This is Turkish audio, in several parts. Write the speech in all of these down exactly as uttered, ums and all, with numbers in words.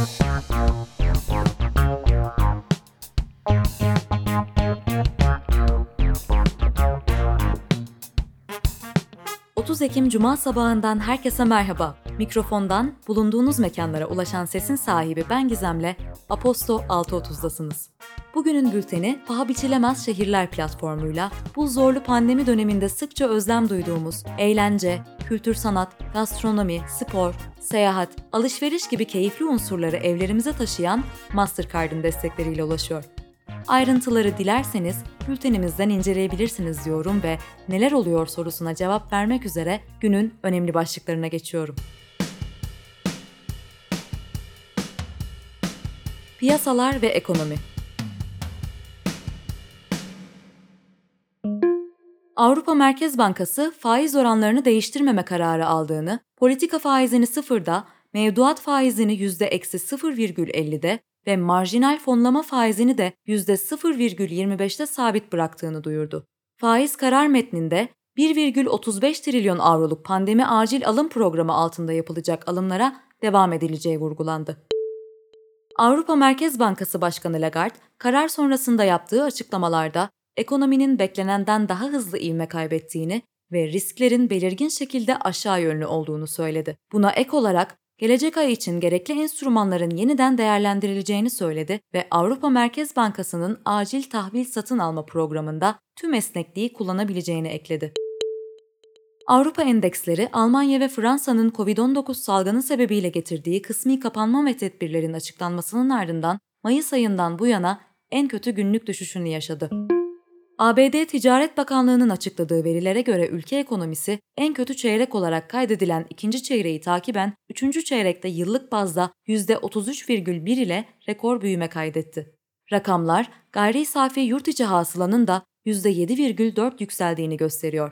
otuz Ekim Cuma sabahından herkese merhaba. Mikrofondan bulunduğunuz mekanlara ulaşan sesin sahibi ben Gizem'le Aposto altı otuzdasınız. Bugünün bülteni paha biçilemez şehirler platformuyla bu zorlu pandemi döneminde sıkça özlem duyduğumuz eğlence, kültür sanat, gastronomi, spor, seyahat, alışveriş gibi keyifli unsurları evlerimize taşıyan Mastercard'ın destekleriyle ulaşıyor. Ayrıntıları dilerseniz bültenimizden inceleyebilirsiniz diyorum ve neler oluyor sorusuna cevap vermek üzere günün önemli başlıklarına geçiyorum. Piyasalar ve ekonomi. Avrupa Merkez Bankası faiz oranlarını değiştirmeme kararı aldığını, politika faizini sıfırda, mevduat faizini yüzde eksi sıfır virgül ellide ve marjinal fonlama faizini de yüzde sıfır virgül yirmi beşte sabit bıraktığını duyurdu. Faiz karar metninde bir virgül otuz beş trilyon avroluk pandemi acil alım programı altında yapılacak alımlara devam edileceği vurgulandı. Avrupa Merkez Bankası Başkanı Lagarde, karar sonrasında yaptığı açıklamalarda ekonominin beklenenden daha hızlı ivme kaybettiğini ve risklerin belirgin şekilde aşağı yönlü olduğunu söyledi. Buna ek olarak gelecek ay için gerekli enstrümanların yeniden değerlendirileceğini söyledi ve Avrupa Merkez Bankası'nın acil tahvil satın alma programında tüm esnekliği kullanabileceğini ekledi. Avrupa endeksleri, Almanya ve Fransa'nın kovid on dokuz salgını sebebiyle getirdiği kısmi kapanma ve tedbirlerin açıklanmasının ardından Mayıs ayından bu yana en kötü günlük düşüşünü yaşadı. A B D Ticaret Bakanlığı'nın açıkladığı verilere göre ülke ekonomisi en kötü çeyrek olarak kaydedilen ikinci çeyreği takiben üçüncü çeyrekte yıllık bazda yüzde otuz üç virgül bir ile rekor büyüme kaydetti. Rakamlar, gayri safi yurt içi hasılanın da yüzde yedi virgül dört yükseldiğini gösteriyor.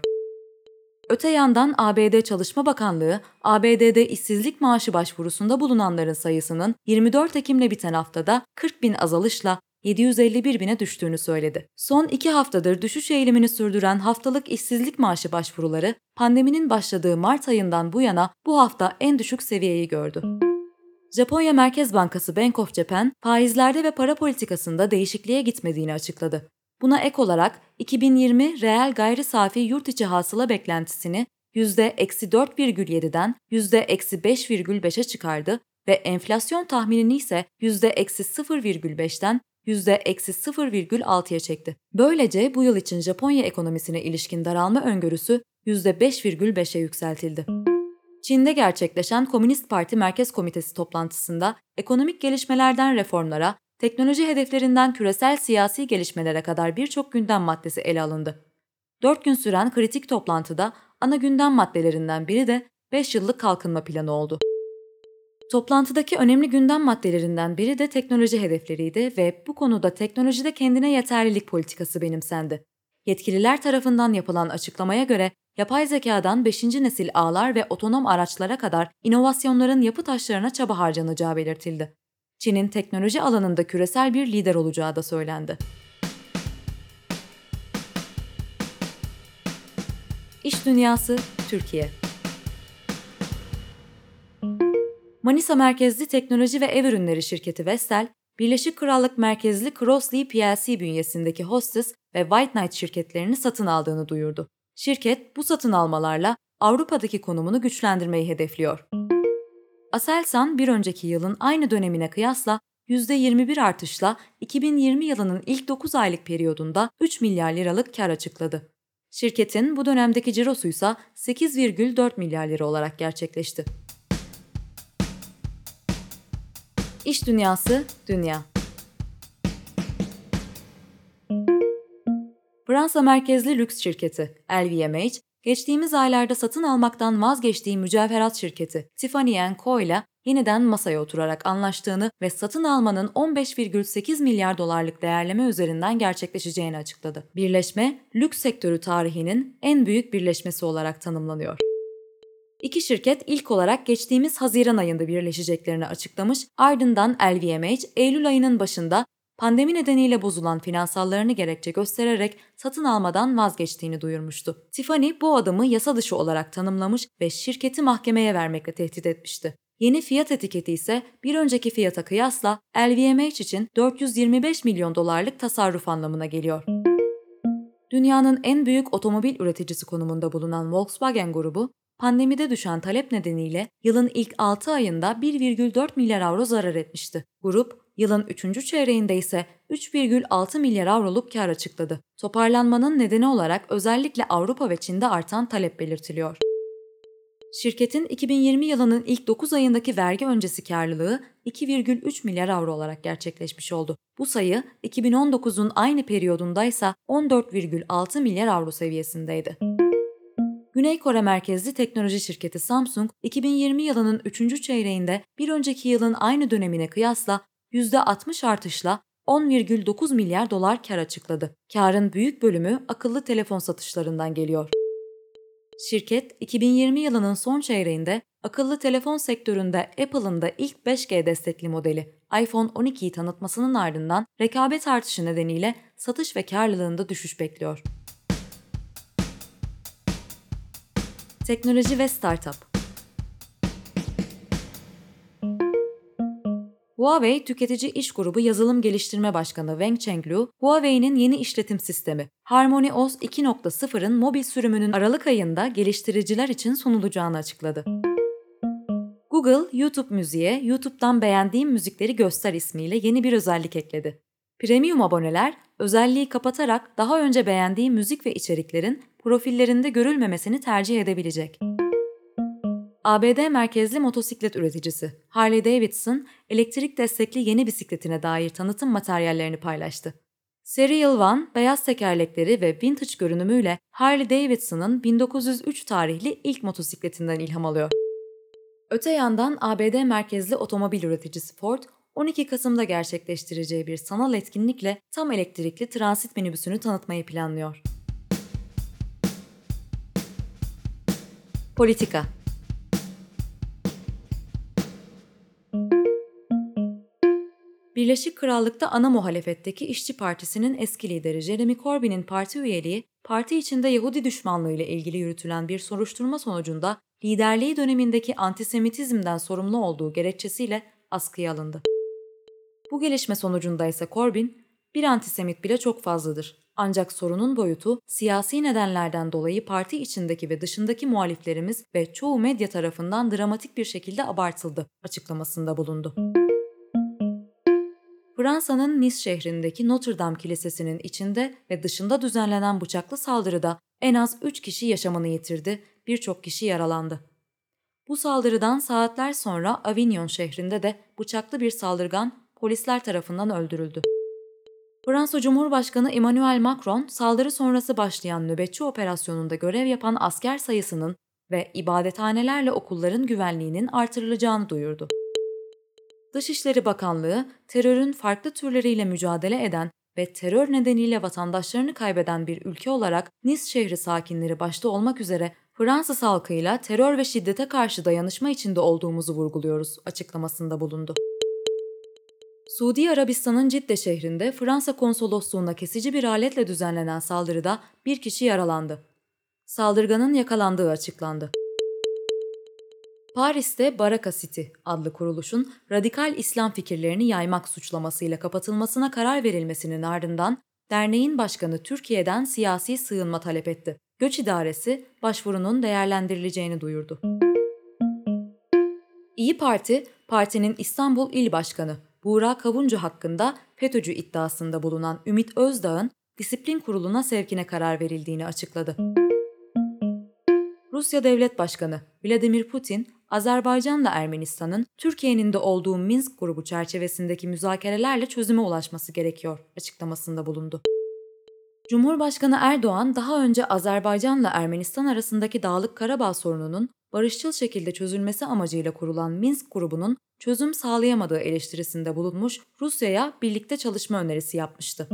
Öte yandan A B D Çalışma Bakanlığı, A B D'de işsizlik maaşı başvurusunda bulunanların sayısının yirmi dört Ekim'le biten haftada kırk bin azalışla yedi yüz elli bir bine düştüğünü söyledi. Son iki haftadır düşüş eğilimini sürdüren haftalık işsizlik maaşı başvuruları, pandeminin başladığı Mart ayından bu yana bu hafta en düşük seviyeyi gördü. Japonya Merkez Bankası Bank of Japan, faizlerde ve para politikasında değişikliğe gitmediğini açıkladı. Buna ek olarak iki bin yirmi reel gayri safi yurt içi hasıla beklentisini yüzde eksi dört virgül yediden yüzde eksi beş virgül beşe çıkardı ve enflasyon tahminini ise yüzde eksi sıfır virgül beşten yüzde eksi sıfır virgül altıya çekti. Böylece bu yıl için Japonya ekonomisine ilişkin daralma öngörüsü yüzde beş virgül beşe yükseltildi. Çin'de gerçekleşen Komünist Parti Merkez Komitesi toplantısında ekonomik gelişmelerden reformlara, teknoloji hedeflerinden küresel siyasi gelişmelere kadar birçok gündem maddesi ele alındı. Dört gün süren kritik toplantıda ana gündem maddelerinden biri de beş yıllık kalkınma planı oldu. Toplantıdaki önemli gündem maddelerinden biri de teknoloji hedefleriydi ve bu konuda teknolojide kendine yeterlilik politikası benimsendi. Yetkililer tarafından yapılan açıklamaya göre yapay zekadan beşinci nesil ağlar ve otonom araçlara kadar inovasyonların yapı taşlarına çaba harcanacağı belirtildi. Çin'in teknoloji alanında küresel bir lider olacağı da söylendi. İş dünyası, Türkiye. Manisa merkezli teknoloji ve ev ürünleri şirketi Vestel, Birleşik Krallık merkezli Crossley P L C bünyesindeki Hostess ve White Knight şirketlerini satın aldığını duyurdu. Şirket bu satın almalarla Avrupa'daki konumunu güçlendirmeyi hedefliyor. Aselsan bir önceki yılın aynı dönemine kıyasla yüzde yirmi bir artışla iki bin yirmi yılının ilk dokuz aylık periyodunda üç milyar liralık kar açıkladı. Şirketin bu dönemdeki cirosu ise sekiz virgül dört milyar lira olarak gerçekleşti. İş dünyası, dünya. Fransa merkezli lüks şirketi L V M H, geçtiğimiz aylarda satın almaktan vazgeçtiği mücevherat şirketi Tiffany and Co ile yeniden masaya oturarak anlaştığını ve satın almanın on beş virgül sekiz milyar dolarlık değerleme üzerinden gerçekleşeceğini açıkladı. Birleşme, lüks sektörü tarihinin en büyük birleşmesi olarak tanımlanıyor. İki şirket ilk olarak geçtiğimiz Haziran ayında birleşeceklerini açıklamış, ardından L V M H, Eylül ayının başında pandemi nedeniyle bozulan finansallarını gerekçe göstererek satın almadan vazgeçtiğini duyurmuştu. Tiffany bu adımı yasa dışı olarak tanımlamış ve şirketi mahkemeye vermekle tehdit etmişti. Yeni fiyat etiketi ise bir önceki fiyata kıyasla L V M H için dört yüz yirmi beş milyon dolarlık tasarruf anlamına geliyor. Dünyanın en büyük otomobil üreticisi konumunda bulunan Volkswagen grubu, pandemide düşen talep nedeniyle yılın ilk altı ayında bir virgül dört milyar avro zarar etmişti. Grup, yılın üçüncü çeyreğinde ise üç virgül altı milyar avroluk kar açıkladı. Toparlanmanın nedeni olarak özellikle Avrupa ve Çin'de artan talep belirtiliyor. Şirketin iki bin yirmi yılının ilk dokuz ayındaki vergi öncesi karlılığı iki virgül üç milyar avro olarak gerçekleşmiş oldu. Bu sayı iki bin on dokuzun aynı periyodundaysa on dört virgül altı milyar avro seviyesindeydi. Güney Kore merkezli teknoloji şirketi Samsung, iki bin yirmi yılının üçüncü çeyreğinde bir önceki yılın aynı dönemine kıyasla yüzde altmış artışla on virgül dokuz milyar dolar kar açıkladı. Karın büyük bölümü akıllı telefon satışlarından geliyor. Şirket, iki bin yirmi yılının son çeyreğinde akıllı telefon sektöründe Apple'ın da ilk beş G destekli modeli iPhone on ikiyi tanıtmasının ardından rekabet artışı nedeniyle satış ve karlılığında düşüş bekliyor. Teknoloji ve Startup. Huawei Tüketici İş Grubu Yazılım Geliştirme Başkanı Wang Chenglu, Huawei'nin yeni işletim sistemi HarmonyOS iki nokta sıfırın mobil sürümünün Aralık ayında geliştiriciler için sunulacağını açıkladı. Google, YouTube Müziğe YouTube'dan beğendiğim müzikleri göster ismiyle yeni bir özellik ekledi. Premium aboneler, özelliği kapatarak daha önce beğendiği müzik ve içeriklerin profillerinde görülmemesini tercih edebilecek. A B D merkezli motosiklet üreticisi Harley-Davidson, elektrik destekli yeni bisikletine dair tanıtım materyallerini paylaştı. Serial bir, beyaz tekerlekleri ve vintage görünümüyle Harley-Davidson'ın bin dokuz yüz üç tarihli ilk motosikletinden ilham alıyor. Öte yandan A B D merkezli otomobil üreticisi Ford, on iki Kasım'da gerçekleştireceği bir sanal etkinlikle tam elektrikli transit minibüsünü tanıtmayı planlıyor. Politika. Birleşik Krallık'ta ana muhalefetteki İşçi Partisi'nin eski lideri Jeremy Corbyn'in parti üyeliği, parti içinde Yahudi düşmanlığı ile ilgili yürütülen bir soruşturma sonucunda liderliği dönemindeki antisemitizmden sorumlu olduğu gerekçesiyle askıya alındı. Bu gelişme sonucunda ise Corbyn, bir antisemit bile çok fazladır. Ancak sorunun boyutu siyasi nedenlerden dolayı parti içindeki ve dışındaki muhaliflerimiz ve çoğu medya tarafından dramatik bir şekilde abartıldı açıklamasında bulundu. Fransa'nın Nice şehrindeki Notre Dame Kilisesi'nin içinde ve dışında düzenlenen bıçaklı saldırıda en az üç kişi yaşamını yitirdi, birçok kişi yaralandı. Bu saldırıdan saatler sonra Avignon şehrinde de bıçaklı bir saldırgan polisler tarafından öldürüldü. Fransa Cumhurbaşkanı Emmanuel Macron, saldırı sonrası başlayan nöbetçi operasyonunda görev yapan asker sayısının ve ibadethanelerle okulların güvenliğinin artırılacağını duyurdu. Dışişleri Bakanlığı, terörün farklı türleriyle mücadele eden ve terör nedeniyle vatandaşlarını kaybeden bir ülke olarak Nice şehri sakinleri başta olmak üzere Fransız halkıyla terör ve şiddete karşı dayanışma içinde olduğumuzu vurguluyoruz açıklamasında bulundu. Suudi Arabistan'ın Cidde şehrinde Fransa konsolosluğuna kesici bir aletle düzenlenen saldırıda bir kişi yaralandı. Saldırganın yakalandığı açıklandı. Paris'te Baraka City adlı kuruluşun radikal İslam fikirlerini yaymak suçlamasıyla kapatılmasına karar verilmesinin ardından derneğin başkanı Türkiye'den siyasi sığınma talep etti. Göç İdaresi başvurunun değerlendirileceğini duyurdu. İyi Parti, partinin İstanbul İl Başkanı Buğra Kavuncu hakkında FETÖ'cü iddiasında bulunan Ümit Özdağ'ın disiplin kuruluna sevkine karar verildiğini açıkladı. Rusya Devlet Başkanı Vladimir Putin, Azerbaycan'la Ermenistan'ın Türkiye'nin de olduğu Minsk grubu çerçevesindeki müzakerelerle çözüme ulaşması gerekiyor açıklamasında bulundu. Cumhurbaşkanı Erdoğan, daha önce Azerbaycan'la Ermenistan arasındaki Dağlık Karabağ sorununun barışçıl şekilde çözülmesi amacıyla kurulan Minsk grubunun çözüm sağlayamadığı eleştirisinde bulunmuş, Rusya'ya birlikte çalışma önerisi yapmıştı.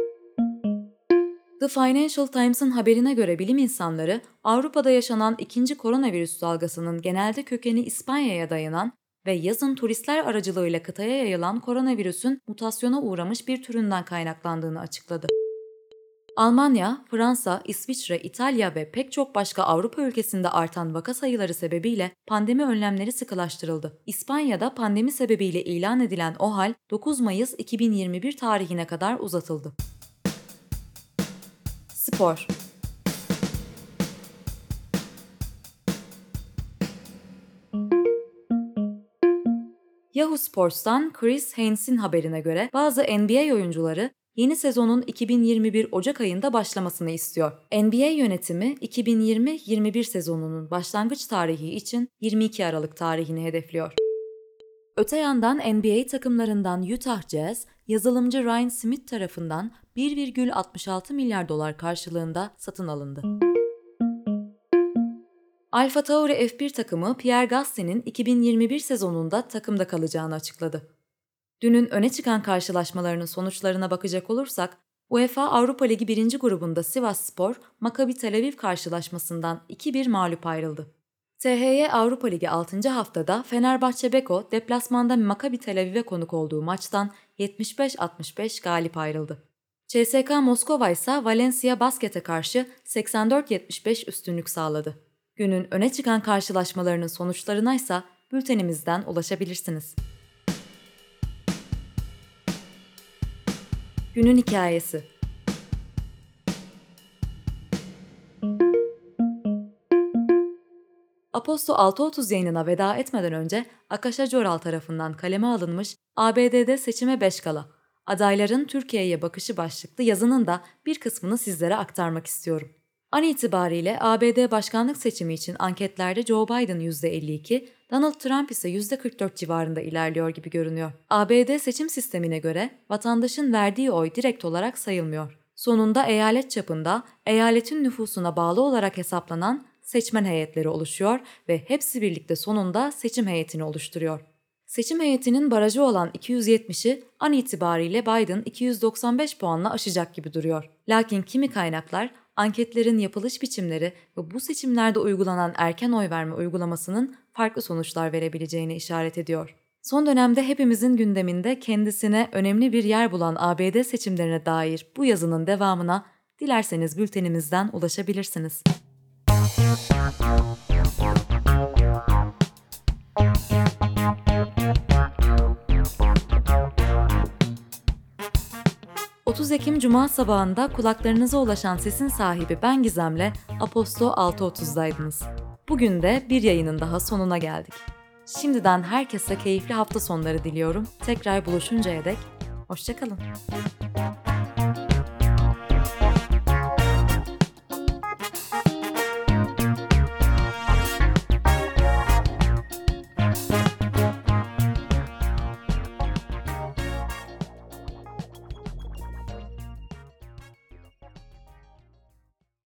The Financial Times'ın haberine göre bilim insanları, Avrupa'da yaşanan ikinci koronavirüs dalgasının genelde kökeni İspanya'ya dayanan ve yazın turistler aracılığıyla kıtaya yayılan koronavirüsün mutasyona uğramış bir türünden kaynaklandığını açıkladı. Almanya, Fransa, İsviçre, İtalya ve pek çok başka Avrupa ülkesinde artan vaka sayıları sebebiyle pandemi önlemleri sıkılaştırıldı. İspanya'da pandemi sebebiyle ilan edilen o hal dokuz Mayıs iki bin yirmi bir tarihine kadar uzatıldı. Spor. Yahoo Sports'tan Chris Haynes'in haberine göre bazı N B A oyuncuları yeni sezonun iki bin yirmi bir Ocak ayında başlamasını istiyor. N B A yönetimi iki bin yirmi yirmi bir sezonunun başlangıç tarihi için yirmi iki Aralık tarihini hedefliyor. Öte yandan N B A takımlarından Utah Jazz, yazılımcı Ryan Smith tarafından bir virgül altmış altı milyar dolar karşılığında satın alındı. Alpha Tauri F bir takımı Pierre Gasly'nin iki bin yirmi bir sezonunda takımda kalacağını açıkladı. Dünün öne çıkan karşılaşmalarının sonuçlarına bakacak olursak, UEFA Avrupa Ligi birinci grubunda Sivasspor, Maccabi Tel Aviv karşılaşmasından iki bir mağlup ayrıldı. T H Y Avrupa Ligi altıncı haftada Fenerbahçe Beko deplasmanda Maccabi Tel Aviv'e konuk olduğu maçtan yetmiş beş altmış beş galip ayrıldı. C S K A Moskova ise Valencia Basket'e karşı seksen dört yetmiş beş üstünlük sağladı. Günün öne çıkan karşılaşmalarının sonuçlarına ise bültenimizden ulaşabilirsiniz. Günün hikayesi. Aposto altı otuz yayınına veda etmeden önce Akasha Coral tarafından kaleme alınmış A B D'de seçime beş kala, adayların Türkiye'ye bakışı başlıklı yazının da bir kısmını sizlere aktarmak istiyorum. An itibariyle A B D başkanlık seçimi için anketlerde Joe Biden yüzde elli iki, Donald Trump ise yüzde kırk dört civarında ilerliyor gibi görünüyor. A B D seçim sistemine göre vatandaşın verdiği oy direkt olarak sayılmıyor. Sonunda eyalet çapında eyaletin nüfusuna bağlı olarak hesaplanan seçmen heyetleri oluşuyor ve hepsi birlikte sonunda seçim heyetini oluşturuyor. Seçim heyetinin barajı olan iki yüz yetmişi an itibariyle Biden iki yüz doksan beş puanla aşacak gibi duruyor. Lakin kimi kaynaklar anketlerin yapılış biçimleri ve bu seçimlerde uygulanan erken oy verme uygulamasının farklı sonuçlar verebileceğine işaret ediyor. Son dönemde hepimizin gündeminde kendisine önemli bir yer bulan A B D seçimlerine dair bu yazının devamına dilerseniz bültenimizden ulaşabilirsiniz. otuz Ekim Cuma sabahında kulaklarınıza ulaşan sesin sahibi ben Gizem'le Aposto altı otuz'daydınız. Bugün de bir yayının daha sonuna geldik. Şimdiden herkese keyifli hafta sonları diliyorum. Tekrar buluşuncaya dek hoşça kalın.